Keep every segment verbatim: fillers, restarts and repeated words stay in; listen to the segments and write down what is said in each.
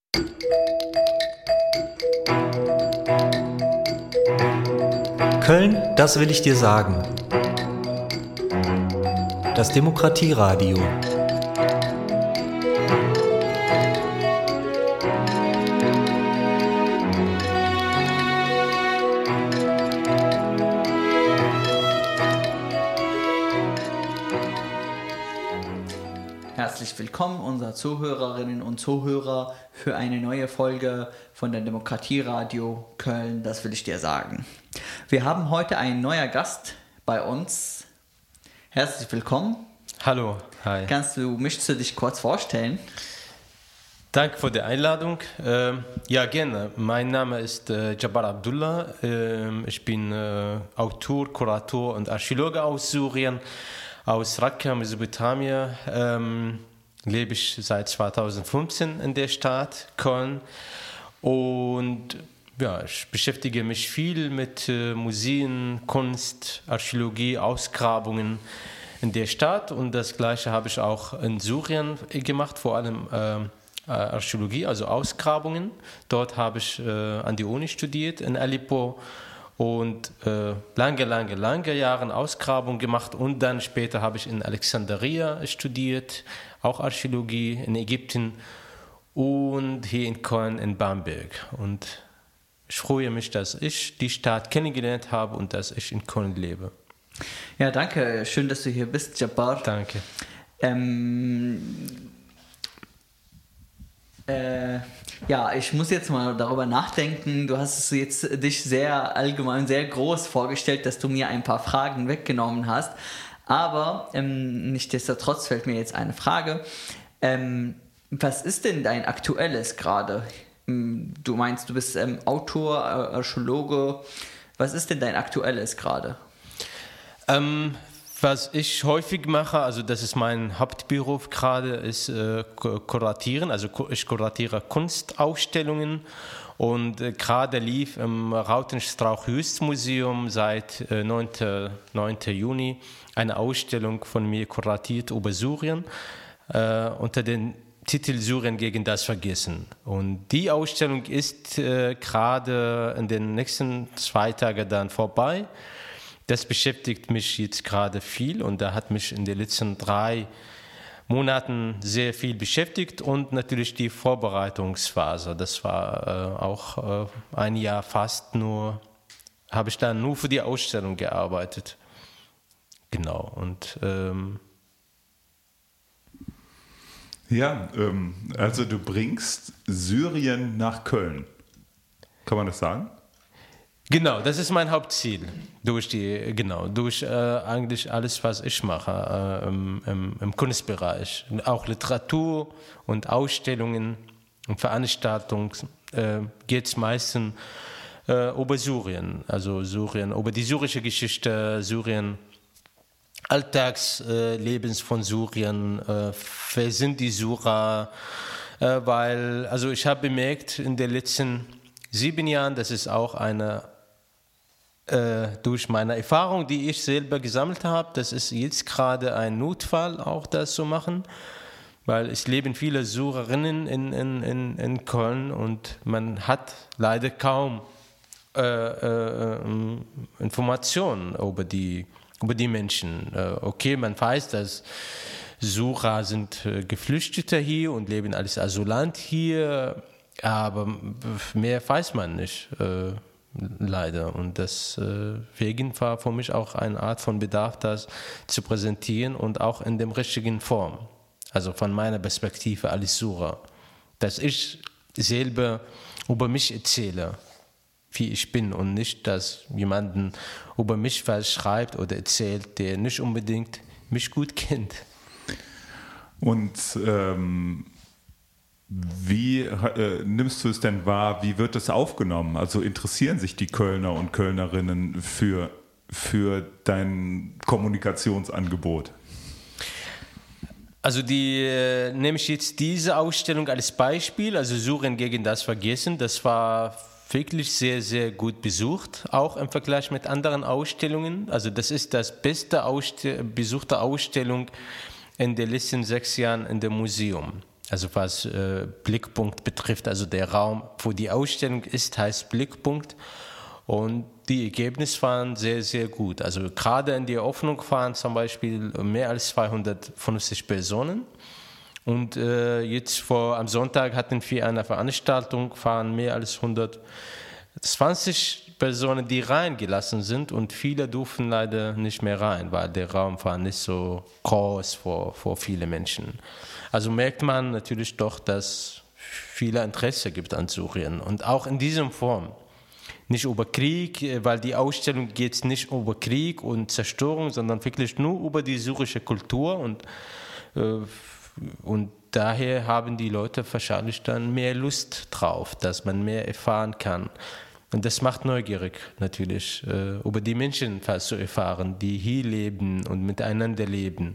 Köln, das will ich dir sagen. Das Demokratieradio. Herzlich willkommen, unsere Zuhörerinnen und Zuhörer, für eine neue Folge von der Demokratieradio Köln, das will ich dir sagen. Wir haben heute einen neuen Gast bei uns. Herzlich willkommen. Hallo, hi. Kannst du, möchtest du dich kurz vorstellen? Danke für die Einladung. Ähm, ja, gerne. Mein Name ist äh, Jabbar Abdullah. Ähm, ich bin äh, Autor, Kurator und Archäologe aus Syrien, aus Raqqa, Mesopotamien. Ähm, lebe ich seit zweitausendfünfzehn in der Stadt Köln und ja, ich beschäftige mich viel mit äh, Museen, Kunst, Archäologie, Ausgrabungen in der Stadt, und das Gleiche habe ich auch in Syrien gemacht, vor allem äh, Archäologie, also Ausgrabungen. Dort habe ich äh, an die Uni studiert in Aleppo und äh, lange, lange, lange Jahre Ausgrabungen gemacht, und dann später habe ich in Alexandria studiert, auch Archäologie in Ägypten und hier in Köln in Bamberg. Und ich freue mich, dass ich die Stadt kennengelernt habe und dass ich in Köln lebe. Ja, danke. Schön, dass du hier bist, Jabbar. Danke. Ähm, äh, ja, ich muss jetzt mal darüber nachdenken. Du hast es jetzt dich sehr allgemein, sehr groß vorgestellt, dass du mir ein paar Fragen weggenommen hast. Aber ähm, nichtsdestotrotz fällt mir jetzt eine Frage. Ähm, was ist denn dein aktuelles gerade? Du meinst, du bist ähm, Autor, Archäologe. Was ist denn dein aktuelles gerade? Ähm, was ich häufig mache, also das ist mein Hauptberuf gerade, ist äh, kuratieren. Also ich kuratiere Kunstausstellungen, und äh, gerade lief im Rautenstrauch-Hüst-Museum seit äh, neunten Juni eine Ausstellung von mir kuratiert über Syrien äh, unter dem Titel Syrien gegen das Vergessen. Und die Ausstellung ist äh, gerade in den nächsten zwei Tagen dann vorbei. Das beschäftigt mich jetzt gerade viel, und da hat mich in den letzten drei Monaten sehr viel beschäftigt, und natürlich die Vorbereitungsphase. Das war äh, auch äh, ein Jahr fast nur, habe ich dann nur für die Ausstellung gearbeitet. Genau, und ähm, Ja, ähm, also du bringst Syrien nach Köln. Kann man das sagen? Genau, das ist mein Hauptziel. Durch die, genau, durch äh, eigentlich alles, was ich mache äh, im, im, im Kunstbereich. Auch Literatur und Ausstellungen und Veranstaltungen äh, geht es meistens äh, über Syrien. Also Syrien, über die syrische Geschichte, Syrien, Alltagslebens äh, von Syrien, äh, wer sind die Syrer? Äh, weil, also ich habe bemerkt in den letzten sieben Jahren, das ist auch eine durch meine Erfahrung, die ich selber gesammelt habe, das ist jetzt gerade ein Notfall, auch das zu machen, weil es leben viele Syrerinnen in, in, in, in Köln, und man hat leider kaum äh, äh, Informationen über die, über die Menschen. Äh, okay, man weiß, dass Syrer sind äh, Geflüchtete hier und leben als Asylant hier, aber mehr weiß man nicht. Äh, Leider. Und deswegen war für mich auch eine Art von Bedarf, das zu präsentieren, und auch in der richtigen Form. Also von meiner Perspektive als Syrer. Dass ich selber über mich erzähle, wie ich bin, und nicht, dass jemand über mich was schreibt oder erzählt, der nicht unbedingt mich gut kennt. Und ähm Wie äh, nimmst du es denn wahr? Wie wird es aufgenommen? Also interessieren sich die Kölner und Kölnerinnen für, für dein Kommunikationsangebot? Also die äh, nehme ich jetzt diese Ausstellung als Beispiel, also Syrien gegen das Vergessen. Das war wirklich sehr, sehr gut besucht, auch im Vergleich mit anderen Ausstellungen. Also das ist das beste Ausste- besuchte Ausstellung in den letzten sechs Jahren in dem Museum. Also was äh, Blickpunkt betrifft, also der Raum, wo die Ausstellung ist, heißt Blickpunkt. Und die Ergebnisse waren sehr, sehr gut. Also gerade in der Eröffnung waren zum Beispiel mehr als zweihundertfünfzig Personen. Und äh, jetzt vor, am Sonntag hatten wir eine Veranstaltung, waren mehr als hundertzwanzig Personen, die reingelassen sind. Und viele durften leider nicht mehr rein, weil der Raum war nicht so groß für, für viele Menschen. Also merkt man natürlich doch, dass viel Interesse gibt an Syrien. Und auch in dieser Form. Nicht über Krieg, weil die Ausstellung geht nicht über Krieg und Zerstörung, sondern wirklich nur über die syrische Kultur. Und, äh, und daher haben die Leute wahrscheinlich dann mehr Lust drauf, dass man mehr erfahren kann. Und das macht neugierig natürlich, äh, über die Menschen zu erfahren, die hier leben und miteinander leben.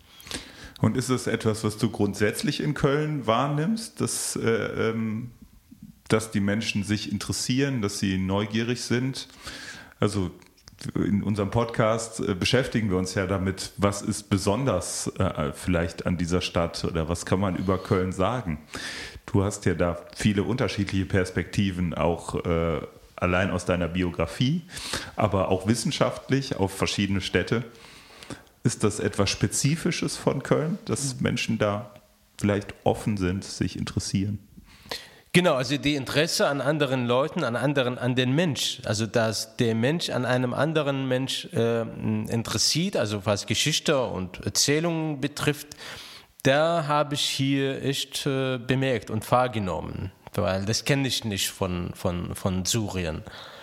Und ist es etwas, was du grundsätzlich in Köln wahrnimmst, dass, äh, ähm, dass die Menschen sich interessieren, dass sie neugierig sind? Also in unserem Podcast äh, beschäftigen wir uns ja damit, was ist besonders äh, vielleicht an dieser Stadt oder was kann man über Köln sagen? Du hast ja da viele unterschiedliche Perspektiven, auch äh, allein aus deiner Biografie, aber auch wissenschaftlich auf verschiedene Städte. Ist das etwas Spezifisches von Köln, dass Menschen da vielleicht offen sind, sich interessieren? Genau, also die Interesse an anderen Leuten, an anderen, an den Mensch, also dass der Mensch an einem anderen Mensch äh, interessiert, also was Geschichte und Erzählungen betrifft, da habe ich hier echt äh, bemerkt und wahrgenommen, weil das kenne ich nicht von, von, von Syrien.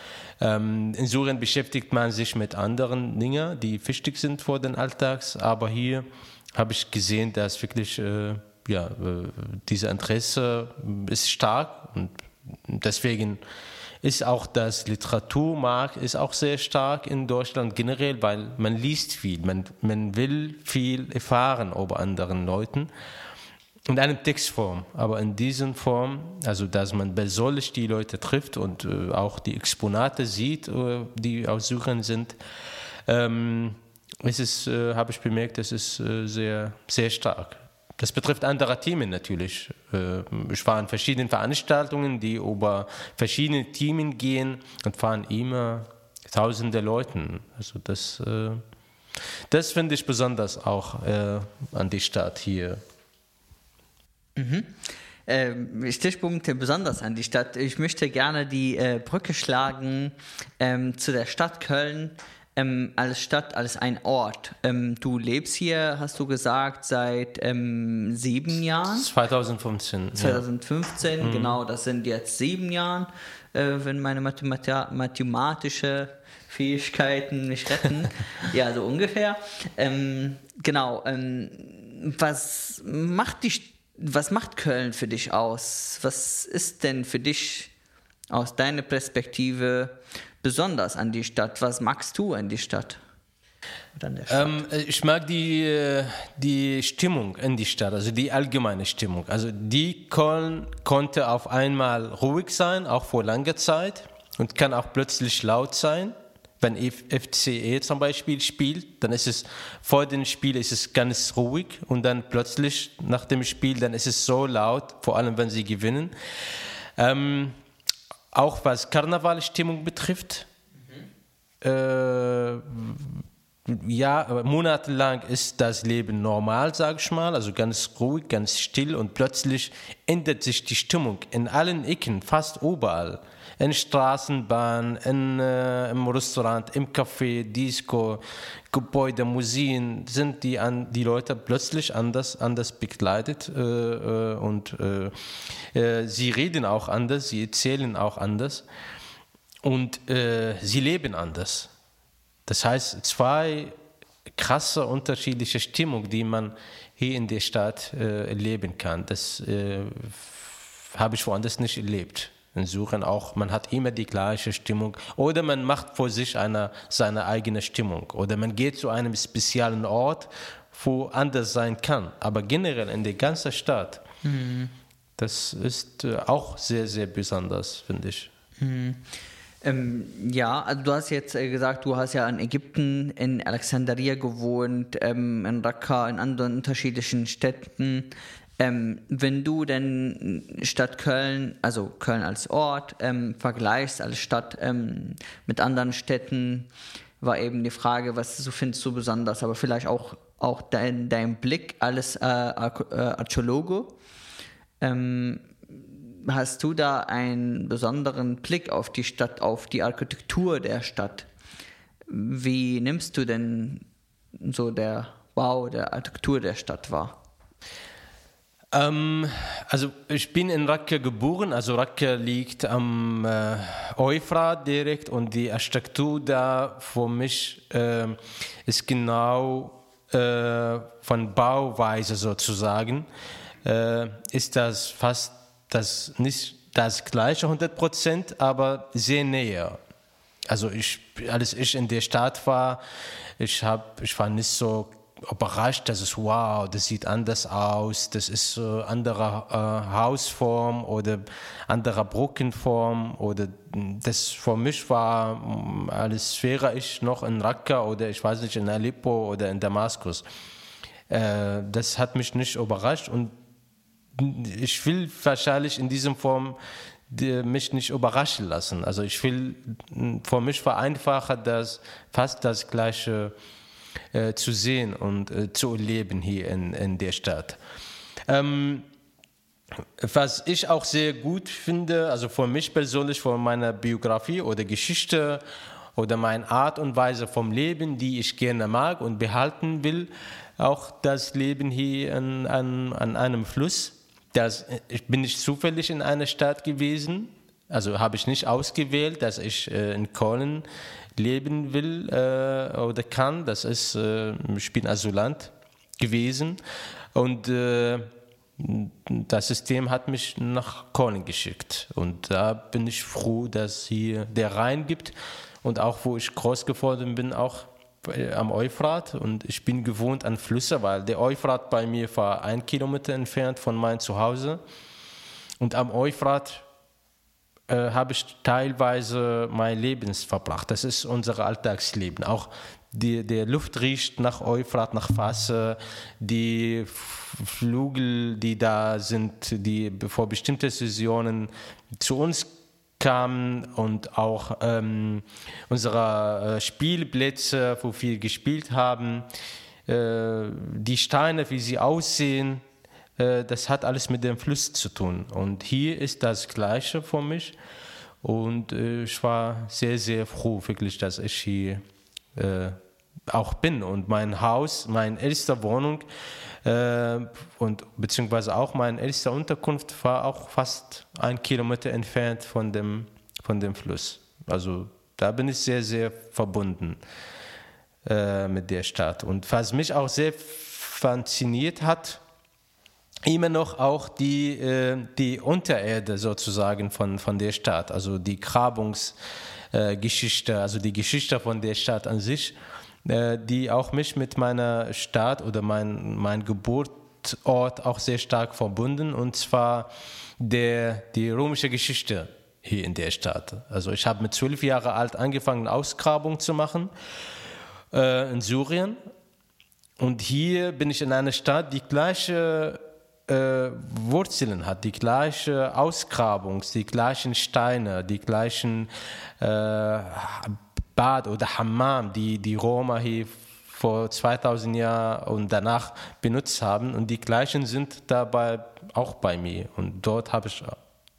Ähm, in Syrien beschäftigt man sich mit anderen Dingen, die wichtig sind vor den Alltags, aber hier habe ich gesehen, dass wirklich äh, ja, äh, dieses Interesse ist stark und deswegen ist auch das Literaturmarkt ist auch sehr stark in Deutschland generell, weil man liest viel, man, man will viel erfahren über anderen Leuten. In einer Textform, aber in dieser Form, also dass man persönlich die Leute trifft und äh, auch die Exponate sieht, äh, die aus Syrien sind, ähm, ist es, äh, habe ich bemerkt, das ist äh, sehr, sehr stark. Das betrifft andere Themen natürlich. Äh, ich war in verschiedenen Veranstaltungen, die über verschiedene Themen gehen und waren immer tausende Leute. Also das, äh, das finde ich besonders auch äh, an die Stadt hier. Mhm. Ähm, Stichpunkte besonders an die Stadt. Ich möchte gerne die äh, Brücke schlagen ähm, zu der Stadt Köln ähm, als Stadt, als ein Ort. Ähm, du lebst hier, hast du gesagt, seit ähm, sieben Jahren? zwanzig fünfzehn. zwanzig fünfzehn, ja. Genau, das sind jetzt sieben Jahre, äh, wenn meine Mathemati- mathematische Fähigkeiten mich retten. Ja, so ungefähr. Ähm, genau. Ähm, was macht die Stadt Was macht Köln für dich aus? Was ist denn für dich aus deiner Perspektive besonders an die Stadt? Was magst du an die Stadt? Oder an der Stadt? Ähm, ich mag die, die Stimmung in die Stadt, also die allgemeine Stimmung. Also die Köln konnte auf einmal ruhig sein, auch vor langer Zeit, und kann auch plötzlich laut sein. Wenn F C E zum Beispiel spielt, dann ist es vor dem Spiel ist es ganz ruhig und dann plötzlich nach dem Spiel, dann ist es so laut, vor allem wenn sie gewinnen. Ähm, auch was Karnevalstimmung betrifft, mhm. äh, ja, monatelang ist das Leben normal, sage ich mal, also ganz ruhig, ganz still und plötzlich ändert sich die Stimmung in allen Ecken, fast überall. In Straßenbahn, in, äh, im Restaurant, im Café, Disco, Gebäude, Museen, sind die, an, die Leute plötzlich anders, anders bekleidet äh, äh, und äh, äh, sie reden auch anders, sie erzählen auch anders und äh, sie leben anders. Das heißt, zwei krasse unterschiedliche Stimmungen, die man hier in der Stadt äh, erleben kann. Das äh, habe ich woanders nicht erlebt. In Syrien auch, man hat immer die gleiche Stimmung oder man macht vor sich eine, seine eigene Stimmung oder man geht zu einem speziellen Ort, wo anders sein kann. Aber generell in der ganzen Stadt, mhm. das ist auch sehr, sehr besonders, finde ich. Mhm. Ähm, ja, also du hast jetzt äh, gesagt, du hast ja in Ägypten, in Alexandria gewohnt, ähm, in Raqqa, in anderen unterschiedlichen Städten. Ähm, wenn du denn Stadt Köln, also Köln als Ort, ähm, vergleichst als Stadt ähm, mit anderen Städten, war eben die Frage, was du findest so besonders, aber vielleicht auch, auch dein, dein Blick als äh, Archäologe. Ähm, hast du da einen besonderen Blick auf die Stadt, auf die Architektur der Stadt? Wie nimmst du denn so der Bau der Architektur der Stadt wahr? Ähm, also ich bin in Raqqa geboren, also Raqqa liegt am äh, Euphrat direkt und die Architektur da für mich äh, ist genau äh, von Bauweise sozusagen, äh, ist das fast das, nicht das gleiche hundert Prozent, aber sehr näher. Also ich, als ich in der Stadt war, ich, hab, ich war nicht so überrascht, dass es wow, das sieht anders aus, das ist äh, andere äh, Hausform oder andere Brückenform oder das für mich war, als wäre ich noch in Raqqa oder ich weiß nicht, in Aleppo oder in Damaskus. Äh, das hat mich nicht überrascht und ich will wahrscheinlich in dieser Form die, mich nicht überraschen lassen. Also ich will, für mich war einfacher, das fast das Gleiche Äh, zu sehen und äh, zu erleben hier in, in der Stadt. Ähm, was ich auch sehr gut finde, also für mich persönlich, von meiner Biografie oder Geschichte oder meine Art und Weise vom Leben, die ich gerne mag und behalten will, auch das Leben hier an, an, an einem Fluss. Das, ich bin nicht zufällig in einer Stadt gewesen, also habe ich nicht ausgewählt, dass ich äh, in Köln leben will äh, oder kann. Das ist, äh, ich bin Asylant gewesen und äh, das System hat mich nach Köln geschickt und da bin ich froh, dass hier der Rhein gibt und auch wo ich groß geworden bin, auch am Euphrat und ich bin gewohnt an Flüsse, weil der Euphrat bei mir war ein Kilometer entfernt von meinem Zuhause und am Euphrat habe ich teilweise mein Leben verbracht. Das ist unser Alltagsleben. Auch die, der Luft riecht nach Euphrat, nach Wasser. Die Flügel, die da sind, die vor bestimmten Saisonen zu uns kamen und auch ähm, unsere Spielplätze, wo wir gespielt haben, äh, die Steine, wie sie aussehen, das hat alles mit dem Fluss zu tun. Und hier ist das Gleiche für mich. Und äh, ich war sehr, sehr froh, wirklich, dass ich hier äh, auch bin. Und mein Haus, meine erste Wohnung äh, und beziehungsweise auch meine erste Unterkunft war auch fast ein Kilometer entfernt von dem, von dem Fluss. Also da bin ich sehr, sehr verbunden äh, mit der Stadt. Und was mich auch sehr fasziniert hat, immer noch auch die, äh, die Untererde sozusagen von, von der Stadt, also die Grabungsgeschichte, äh, also die Geschichte von der Stadt an sich, äh, die auch mich mit meiner Stadt oder mein, mein Geburtsort auch sehr stark verbunden, und zwar der, die römische Geschichte hier in der Stadt. Also ich habe mit zwölf Jahren alt angefangen, Ausgrabung zu machen äh, in Syrien, und hier bin ich in einer Stadt, die gleiche Äh, Wurzeln hat, die gleiche Ausgrabung, die gleichen Steine, die gleichen äh, Bad oder Hammam, die die Römer hier vor zweitausend Jahren und danach benutzt haben, und die gleichen sind dabei auch bei mir, und dort habe ich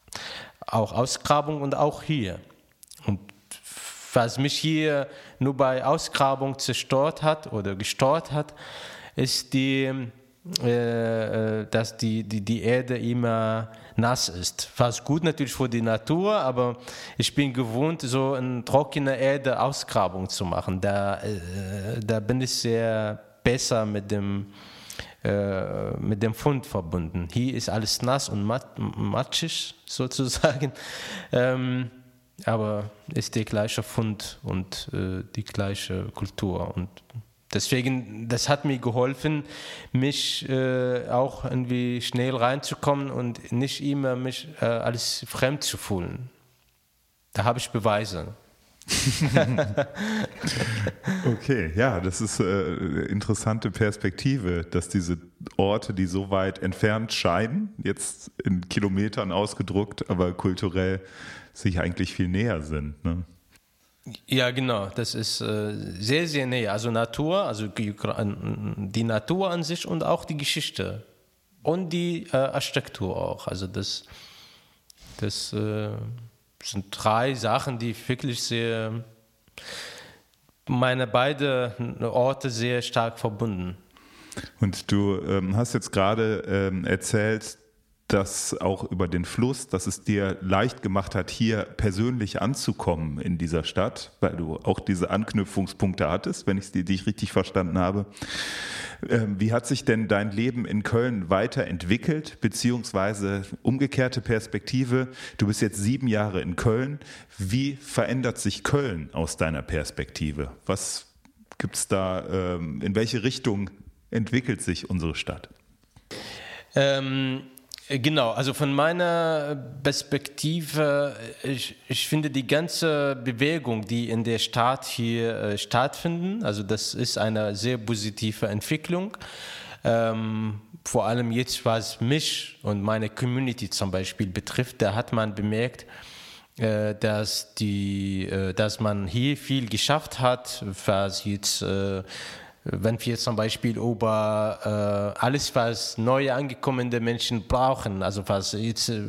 auch Ausgrabung und auch hier. Und was mich hier nur bei Ausgrabung zerstört hat oder gestört hat, ist die Äh, dass die, die, die Erde immer nass ist. Fast gut natürlich für die Natur, aber ich bin gewohnt, so eine trockene Erde Ausgrabung zu machen. Da, äh, da bin ich sehr besser mit dem, äh, mit dem Fund verbunden. Hier ist alles nass und mat, matschig sozusagen, ähm, aber ist der gleiche Fund und äh, die gleiche Kultur, und deswegen, das hat mir geholfen, mich äh, auch irgendwie schnell reinzukommen und nicht immer mich äh, als fremd zu fühlen. Da habe ich Beweise. Okay, ja, das ist äh, interessante Perspektive, dass diese Orte, die so weit entfernt scheinen, jetzt in Kilometern ausgedruckt, aber kulturell sich eigentlich viel näher sind. Ne? Ja, genau, das ist äh, sehr, sehr näher. Also Natur, also die Natur an sich und auch die Geschichte und die äh, Architektur auch. Also das, das äh, sind drei Sachen, die wirklich sehr, meine beiden Orte sehr stark verbunden. Und du ähm, hast jetzt gerade ähm, erzählt, dass auch über den Fluss, dass es dir leicht gemacht hat, hier persönlich anzukommen in dieser Stadt, weil du auch diese Anknüpfungspunkte hattest, wenn ich dich richtig verstanden habe. Ähm, wie hat sich denn dein Leben in Köln weiterentwickelt, beziehungsweise umgekehrte Perspektive? Du bist jetzt sieben Jahre in Köln. Wie verändert sich Köln aus deiner Perspektive? Was gibt's da, ähm, in welche Richtung entwickelt sich unsere Stadt? Ähm Genau, also von meiner Perspektive, ich, ich finde die ganze Bewegung, die in der Stadt hier äh, stattfinden, also das ist eine sehr positive Entwicklung. Ähm, vor allem jetzt, was mich und meine Community zum Beispiel betrifft, da hat man bemerkt, äh, dass, die, äh, dass man hier viel geschafft hat, was jetzt... Äh, Wenn wir zum Beispiel über äh, alles, was neu angekommene Menschen brauchen, also was jetzt äh,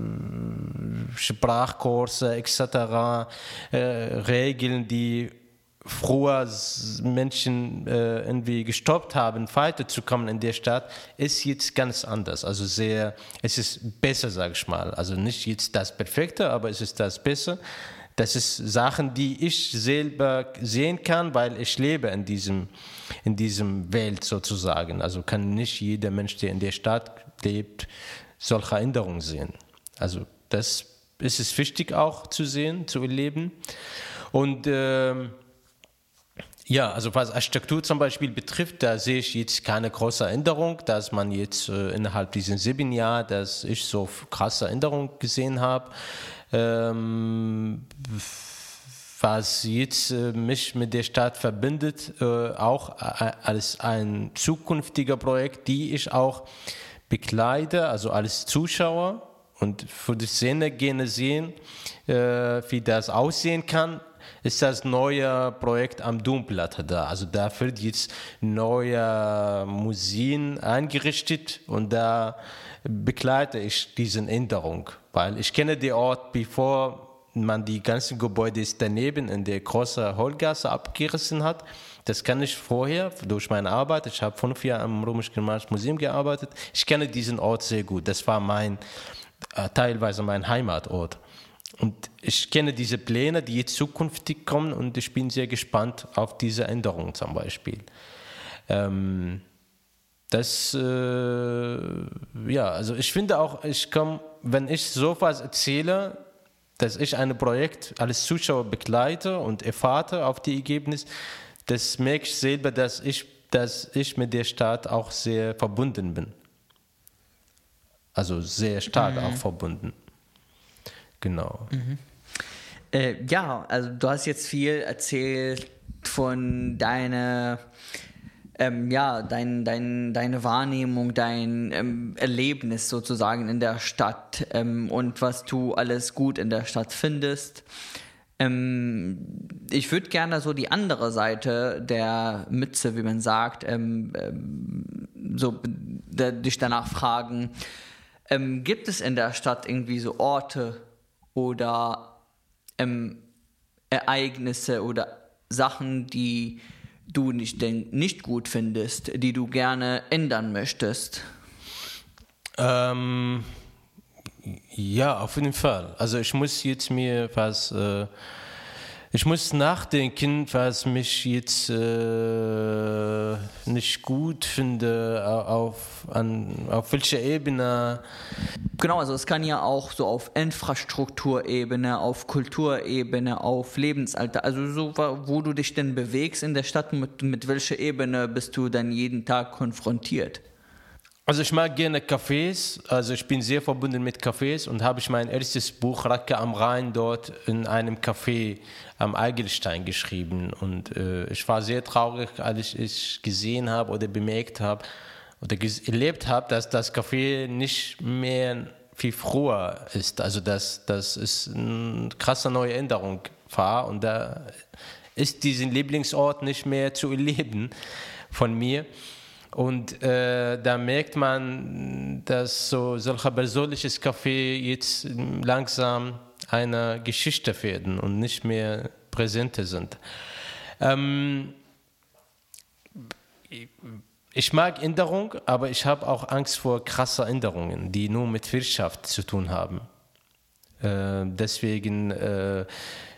Sprachkurse et cetera, äh, Regeln, die früher Menschen äh, irgendwie gestoppt haben, weiterzukommen in der Stadt, ist jetzt ganz anders. Also sehr, es ist besser, sage ich mal. Also nicht jetzt das Perfekte, aber es ist das Bessere. Das ist Sachen, die ich selber sehen kann, weil ich lebe in diesem, in diesem Welt sozusagen. Also kann nicht jeder Mensch, der in der Stadt lebt, solche Änderungen sehen. Also das ist es wichtig auch zu sehen, zu erleben. Und ähm, ja, also was Architektur zum Beispiel betrifft, da sehe ich jetzt keine große Änderung, dass man jetzt äh, innerhalb dieser sieben Jahre, dass ich so krasse Änderungen gesehen habe. Ähm, was jetzt äh, mich mit der Stadt verbindet, äh, auch äh, als ein zukünftiger Projekt, die ich auch begleite, also als Zuschauer und für die Szene gerne sehen, äh, wie das aussehen kann, ist das neue Projekt am Domplatte da. Also da wird jetzt neue Museen eingerichtet und da begleite ich diese Änderung, weil ich kenne den Ort, bevor man die ganzen Gebäude daneben in der großen Hohlgasse abgerissen hat. Das kann ich vorher durch meine Arbeit. Ich habe fünf Jahre am Römisch-Germanischen Museum gearbeitet. Ich kenne diesen Ort sehr gut. Das war mein, äh, teilweise mein Heimatort. Und ich kenne diese Pläne, die jetzt zukünftig kommen, und ich bin sehr gespannt auf diese Änderungen zum Beispiel. Ähm, Das, äh, ja, also ich finde auch, ich komm, wenn ich sowas erzähle, dass ich ein Projekt als Zuschauer begleite und erfahre auf die Ergebnisse, das merke ich selber, dass ich, dass ich mit der Stadt auch sehr verbunden bin. Also sehr stark mhm. auch verbunden. Genau. Mhm. Äh, ja, also du hast jetzt viel erzählt von deiner Ähm, ja, dein, dein, deine Wahrnehmung, dein ähm, Erlebnis sozusagen in der Stadt ähm, und was du alles gut in der Stadt findest. Ähm, ich würde gerne so die andere Seite der Mütze, wie man sagt, ähm, ähm, so da, dich danach fragen, ähm, gibt es in der Stadt irgendwie so Orte oder ähm, Ereignisse oder Sachen, die du nicht, nicht gut findest, die du gerne ändern möchtest? Ähm, ja, auf jeden Fall. Also ich muss jetzt mir was, äh, ich muss nachdenken, was mich jetzt äh, nicht gut finde, auf, an, auf welcher Ebene. Genau, also es kann ja auch so auf Infrastrukturebene, auf Kulturebene, auf Lebensalter, also so, wo du dich denn bewegst in der Stadt, mit, mit welcher Ebene bist du dann jeden Tag konfrontiert? Also ich mag gerne Cafés, also ich bin sehr verbunden mit Cafés und habe ich mein erstes Buch Raqqa am Rhein dort in einem Café am Eigelstein geschrieben und äh, ich war sehr traurig, als ich gesehen habe oder bemerkt habe oder ges- erlebt habe, dass das Café nicht mehr wie früher ist, also dass das ist eine krasse neue Änderung war und da ist diesen Lieblingsort nicht mehr zu erleben von mir. Und äh, da merkt man, dass so solch ein persönliches Café jetzt langsam eine Geschichte werden und nicht mehr präsente sind. Ähm, ich mag Änderung, aber ich habe auch Angst vor krasser Änderungen, die nur mit Wirtschaft zu tun haben. Äh, deswegen äh,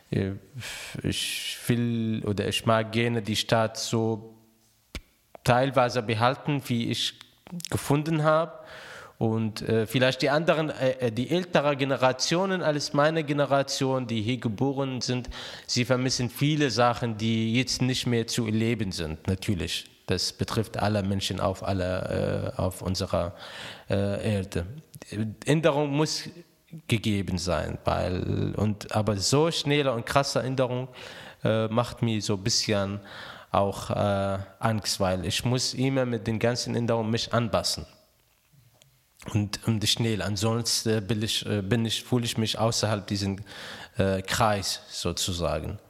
ich will oder ich mag gerne die Stadt so teilweise behalten, wie ich gefunden habe. Und äh, vielleicht die anderen, äh, die älteren Generationen als meine Generation, die hier geboren sind, sie vermissen viele Sachen, die jetzt nicht mehr zu erleben sind, natürlich. Das betrifft alle Menschen auf, alle, äh, auf unserer äh, Erde. Änderung muss gegeben sein, weil, und, aber so schnelle und krasse Änderung äh, macht mir so ein bisschen auch äh, Angst, weil ich muss immer mit den ganzen Änderungen mich anpassen. Und, und schnell, ansonsten äh, bin ich, äh, bin ich, fühle ich mich außerhalb diesen äh, Kreis sozusagen.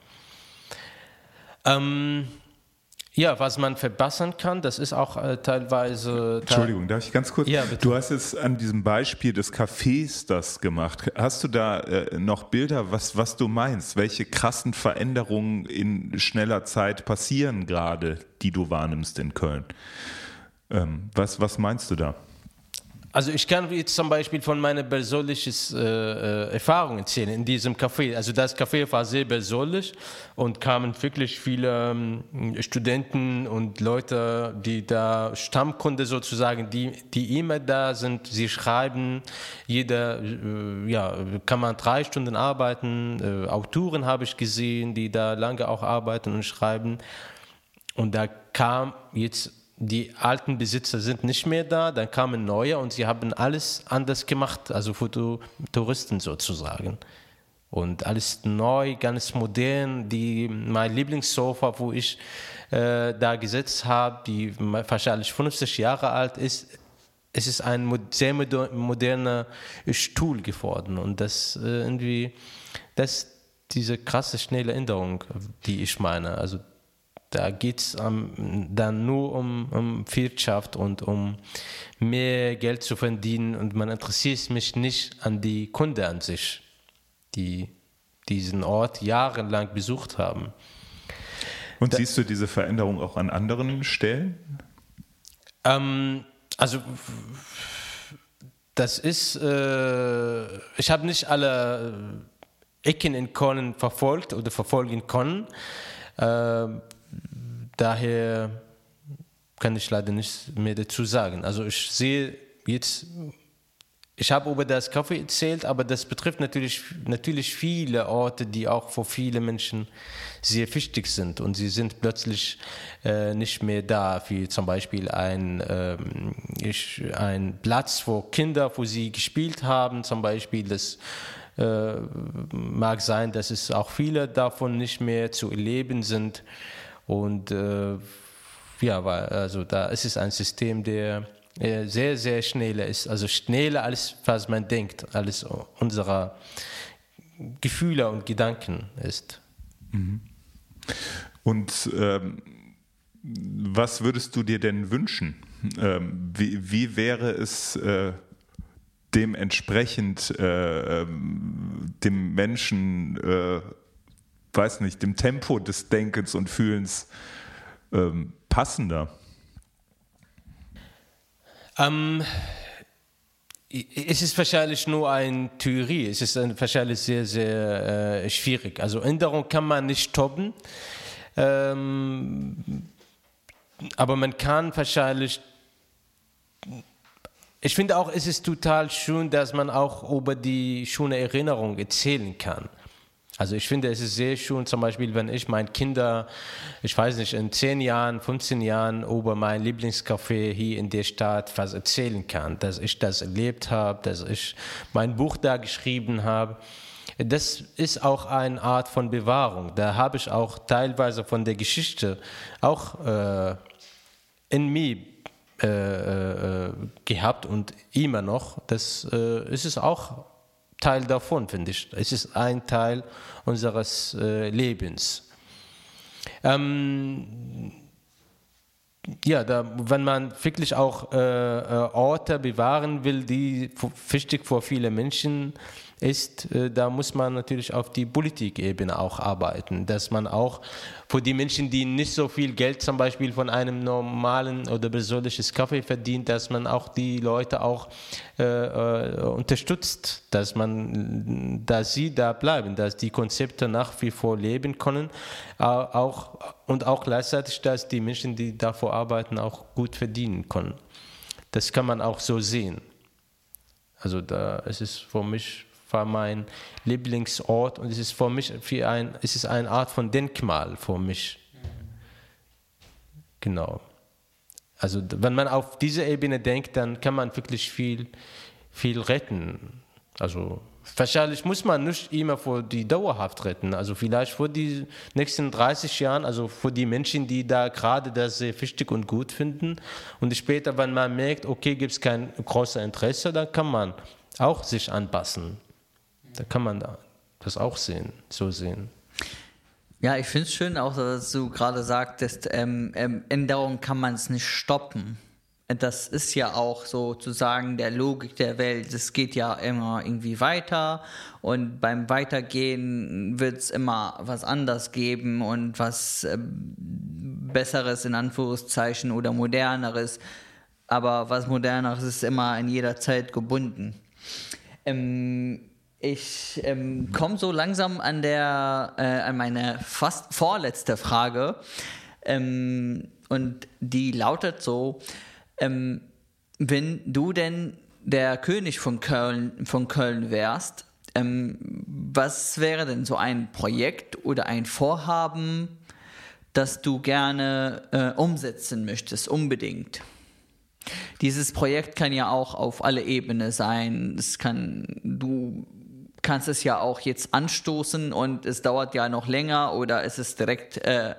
Ähm, ja, was man verbessern kann, das ist auch äh, teilweise... Entschuldigung, darf ich ganz kurz? Ja, bitte. Du hast jetzt an diesem Beispiel des Cafés das gemacht. Hast du da äh, noch Bilder, was, was du meinst? Welche krassen Veränderungen in schneller Zeit passieren gerade, die du wahrnimmst in Köln? Ähm, was, was meinst du da? Also ich kann jetzt zum Beispiel von meiner persönlichen äh, Erfahrung erzählen in diesem Café. Also das Café war sehr persönlich und kamen wirklich viele ähm, Studenten und Leute, die da Stammkunde sozusagen, die, die immer da sind. Sie schreiben, jeder, äh, ja, kann man drei Stunden arbeiten. Äh, Autoren habe ich gesehen, die da lange auch arbeiten und schreiben. Und da kam jetzt... Die alten Besitzer sind nicht mehr da, dann kamen neue und sie haben alles anders gemacht, also für die Touristen sozusagen. Und alles neu, ganz modern. Die, mein Lieblingssofa, wo ich äh, da gesetzt habe, die wahrscheinlich fünfzig Jahre alt ist, es ist ein sehr moderner Stuhl geworden. Und das äh, irgendwie, das ist diese krasse, schnelle Änderung, die ich meine. Also da geht es um, dann nur um, um Wirtschaft und um mehr Geld zu verdienen und man interessiert mich nicht an die Kunden an sich, die diesen Ort jahrelang besucht haben. Und da, siehst du diese Veränderung auch an anderen Stellen? Ähm, also das ist, äh, ich habe nicht alle Ecken in Köln verfolgt oder verfolgen können. Äh, Daher kann ich leider nichts mehr dazu sagen. Also ich sehe jetzt, ich habe über das Café erzählt, aber das betrifft natürlich, natürlich viele Orte, die auch für viele Menschen sehr wichtig sind. Und sie sind plötzlich äh, nicht mehr da, wie zum Beispiel ein, ähm, ich, ein Platz, wo Kinder, wo sie gespielt haben, zum Beispiel das äh, mag sein, dass es auch viele davon nicht mehr zu erleben sind. Und äh, ja, weil, also da ist es ein System, der äh, sehr, sehr schnell ist. Also schneller als was man denkt, als unsere Gefühle und Gedanken ist. Und ähm, was würdest du dir denn wünschen? Ähm, wie, wie wäre es äh, dementsprechend äh, dem Menschen äh, weiß nicht, dem Tempo des Denkens und Fühlens ähm, passender? Ähm, es ist wahrscheinlich nur eine Theorie, es ist wahrscheinlich sehr, sehr äh, schwierig. Also Änderung kann man nicht stoppen, ähm, aber man kann wahrscheinlich, ich finde auch, es ist total schön, dass man auch über die schöne Erinnerung erzählen kann. Also ich finde, es ist sehr schön, zum Beispiel, wenn ich meinen Kindern, ich weiß nicht, in zehn Jahren, fünfzehn Jahren über mein Lieblingscafé hier in der Stadt was erzählen kann, dass ich das erlebt habe, dass ich mein Buch da geschrieben habe. Das ist auch eine Art von Bewahrung. Da habe ich auch teilweise von der Geschichte auch äh, in mir äh, äh, gehabt und immer noch. Das äh, ist es auch Teil davon, finde ich. Es ist ein Teil unseres äh, Lebens. Ähm, ja, da, wenn man wirklich auch äh, Orte bewahren will, die wichtig für viele Menschen ist, äh, da muss man natürlich auf die Politikebene auch arbeiten, dass man auch für die Menschen, die nicht so viel Geld zum Beispiel von einem normalen oder persönliches Kaffee verdient, dass man auch die Leute auch äh, äh, unterstützt, dass man, dass sie da bleiben, dass die Konzepte nach wie vor leben können, äh, auch, und auch gleichzeitig, dass die Menschen, die davor arbeiten, auch gut verdienen können. Das kann man auch so sehen. Also da es ist für mich war mein Lieblingsort und es ist für mich wie ein, es ist eine Art von Denkmal für mich. Genau. Also wenn man auf diese Ebene denkt, dann kann man wirklich viel, viel retten. Also wahrscheinlich muss man nicht immer für die dauerhaft retten. Also vielleicht für die nächsten dreißig Jahren, also für die Menschen, die da gerade das sehr wichtig und gut finden. Und später, wenn man merkt, okay, gibt es kein großes Interesse, dann kann man auch sich anpassen. Da kann man das auch sehen, so sehen. Ja, ich finde es schön auch, dass du gerade sagtest, ähm, ähm, Änderung kann man es nicht stoppen. Das ist ja auch sozusagen der Logik der Welt. Es geht ja immer irgendwie weiter und beim Weitergehen wird es immer was anderes geben und was äh, Besseres in Anführungszeichen oder Moderneres. Aber was Moderneres ist immer in jeder Zeit gebunden. Ähm, Ich ähm, komme so langsam an der äh, an meine fast vorletzte Frage ähm, und die lautet so: ähm, Wenn du denn der König von Köln von Köln wärst, ähm, was wäre denn so ein Projekt oder ein Vorhaben, das du gerne äh, umsetzen möchtest, unbedingt? Dieses Projekt kann ja auch auf alle Ebenen sein. Es kann du kannst es ja auch jetzt anstoßen und es dauert ja noch länger oder es ist direkt äh,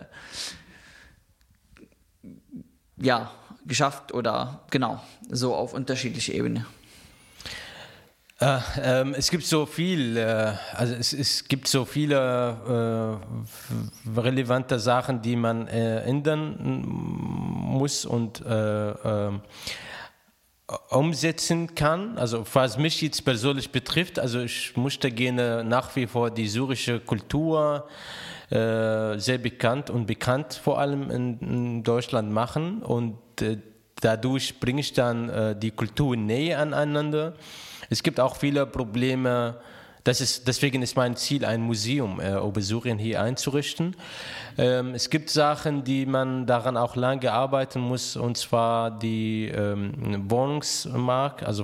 ja, geschafft oder genau, so auf unterschiedliche Ebenen. Äh, ähm, es gibt so viel, äh, also es, es gibt so viele äh, relevante Sachen, die man äh, ändern muss und äh, äh, umsetzen kann. Also was mich jetzt persönlich betrifft, also ich möchte gerne nach wie vor die syrische Kultur äh, sehr bekannt und bekannt vor allem in, in Deutschland machen und äh, dadurch bringe ich dann äh, die Kultur näher aneinander. Es gibt auch viele Probleme. Das ist, deswegen ist mein Ziel, ein Museum äh, über Syrien hier einzurichten. Ähm, es gibt Sachen, die man daran auch lange arbeiten muss, und zwar die ähm, Wohnungsmarkt, also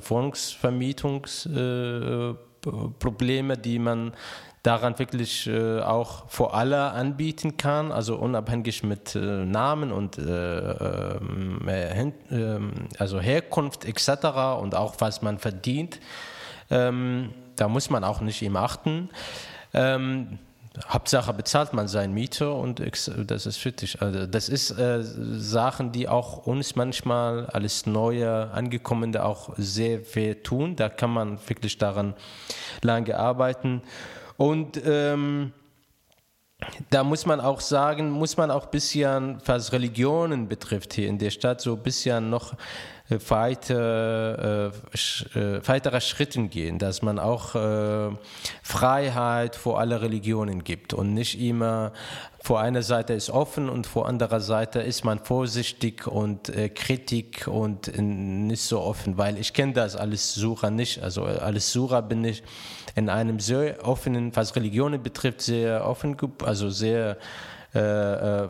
Wohnungsvermietungsprobleme, äh, die man daran wirklich äh, auch für alle anbieten kann, also unabhängig mit äh, Namen und äh, äh, äh, also Herkunft et cetera und auch was man verdient. Ähm, Da muss man auch nicht immer achten. Ähm, Hauptsache bezahlt man seinen Mieter und das ist fertig. Also das ist äh, Sachen, die auch uns manchmal als neue Angekommene auch sehr weh tun. Da kann man wirklich daran lange arbeiten. Und ähm, da muss man auch sagen, muss man auch ein bisschen, was Religionen betrifft hier in der Stadt, so ein bisschen noch weiter, äh, weitere Schritte gehen, dass man auch äh, Freiheit für alle Religionen gibt und nicht immer vor einer Seite ist offen und vor anderer Seite ist man vorsichtig und äh, Kritik und äh, nicht so offen, weil ich kenne das als Sura nicht, also als Sura bin ich in einem sehr offenen, was Religionen betrifft, sehr offen, also sehr äh, äh,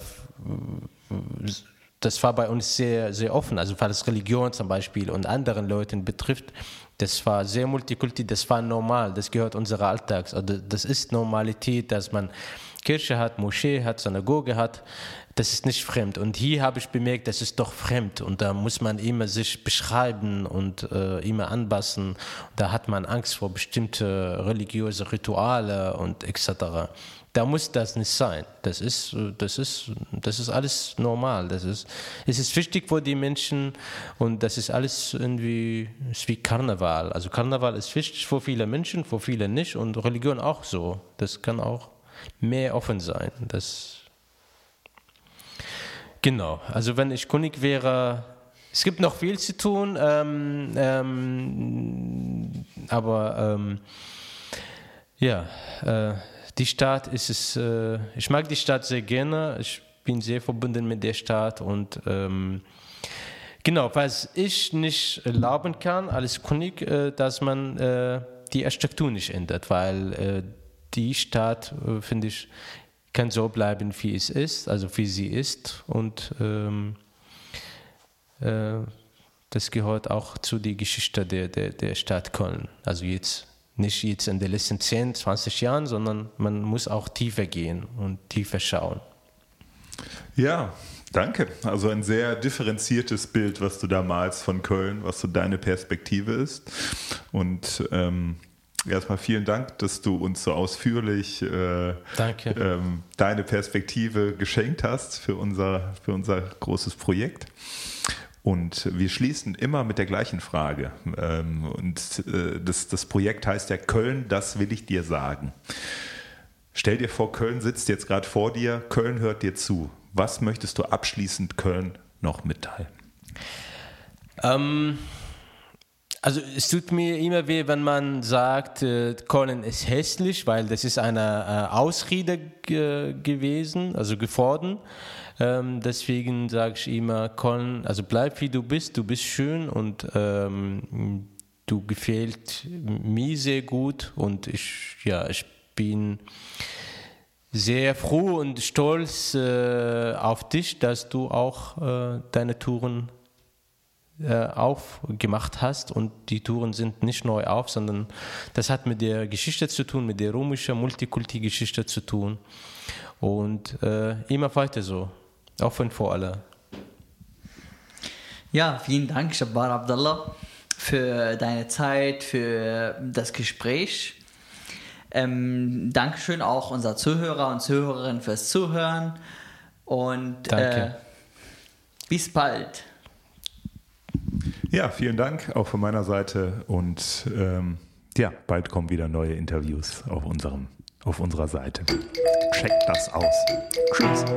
das war bei uns sehr, sehr offen, also was Religion zum Beispiel und anderen Leuten betrifft, Das war sehr multikulti, das war normal, das gehört unserer Alltags. Also das ist Normalität, dass man Kirche hat, Moschee hat, Synagoge hat. Das ist nicht fremd. Und hier habe ich bemerkt, das ist doch fremd. Und da muss man immer sich beschreiben und äh, immer anpassen. Da hat man Angst vor bestimmten religiösen Rituale und et cetera. Da muss das nicht sein. Das ist, das ist, das ist alles normal. Das ist, es ist wichtig für die Menschen und das ist alles irgendwie ist wie Karneval. Also Karneval ist wichtig für viele Menschen, für viele nicht und Religion auch so. Das kann auch mehr offen sein. Das Genau, also wenn ich König wäre, es gibt noch viel zu tun, ähm, ähm, aber ähm, ja, äh, die Stadt ist es, äh, ich mag die Stadt sehr gerne, ich bin sehr verbunden mit der Stadt und ähm, genau, was ich nicht erlauben kann als König, äh, dass man äh, die Architektur nicht ändert, weil äh, die Stadt, äh, finde ich, kann so bleiben, wie es ist, also wie sie ist und ähm, äh, das gehört auch zu der Geschichte der, der, der Stadt Köln. Also jetzt nicht jetzt in den letzten zehn, zwanzig Jahren, sondern man muss auch tiefer gehen und tiefer schauen. Ja, danke. Also ein sehr differenziertes Bild, was du da malst von Köln, was so deine Perspektive ist und ähm erstmal vielen Dank, dass du uns so ausführlich äh, Danke. Ähm, deine Perspektive geschenkt hast für unser, für unser großes Projekt. Und wir schließen immer mit der gleichen Frage. Ähm, und äh, das, das Projekt heißt ja Köln, das will ich dir sagen. Stell dir vor, Köln sitzt jetzt gerade vor dir, Köln hört dir zu. Was möchtest du abschließend Köln noch mitteilen? Ähm... Also es tut mir immer weh, wenn man sagt, äh, Köln ist hässlich, weil das ist eine äh, Ausrede g- gewesen, also geworden. Ähm, deswegen sage ich immer, Köln, also bleib wie du bist, du bist schön und ähm, du gefällt mir sehr gut und ich, ja, ich bin sehr froh und stolz äh, auf dich, dass du auch äh, deine Touren aufgemacht hast und die Touren sind nicht neu auf, sondern das hat mit der Geschichte zu tun, mit der römischen Multikulti-Geschichte zu tun und äh, immer weiter so, offen für alle. Ja, vielen Dank, Jabbar Abdallah, für deine Zeit, für das Gespräch. Ähm, Dankeschön auch unser Zuhörer und Zuhörerinnen fürs Zuhören und äh, bis bald. Ja, vielen Dank auch von meiner Seite und ähm, ja, bald kommen wieder neue Interviews auf, unserem, auf unserer Seite. Checkt das aus. Tschüss.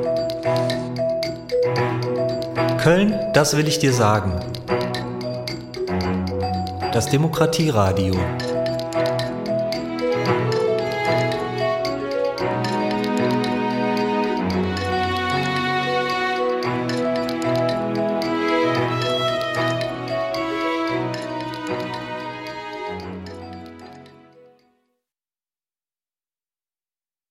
Köln, das will ich dir sagen. Das Demokratieradio.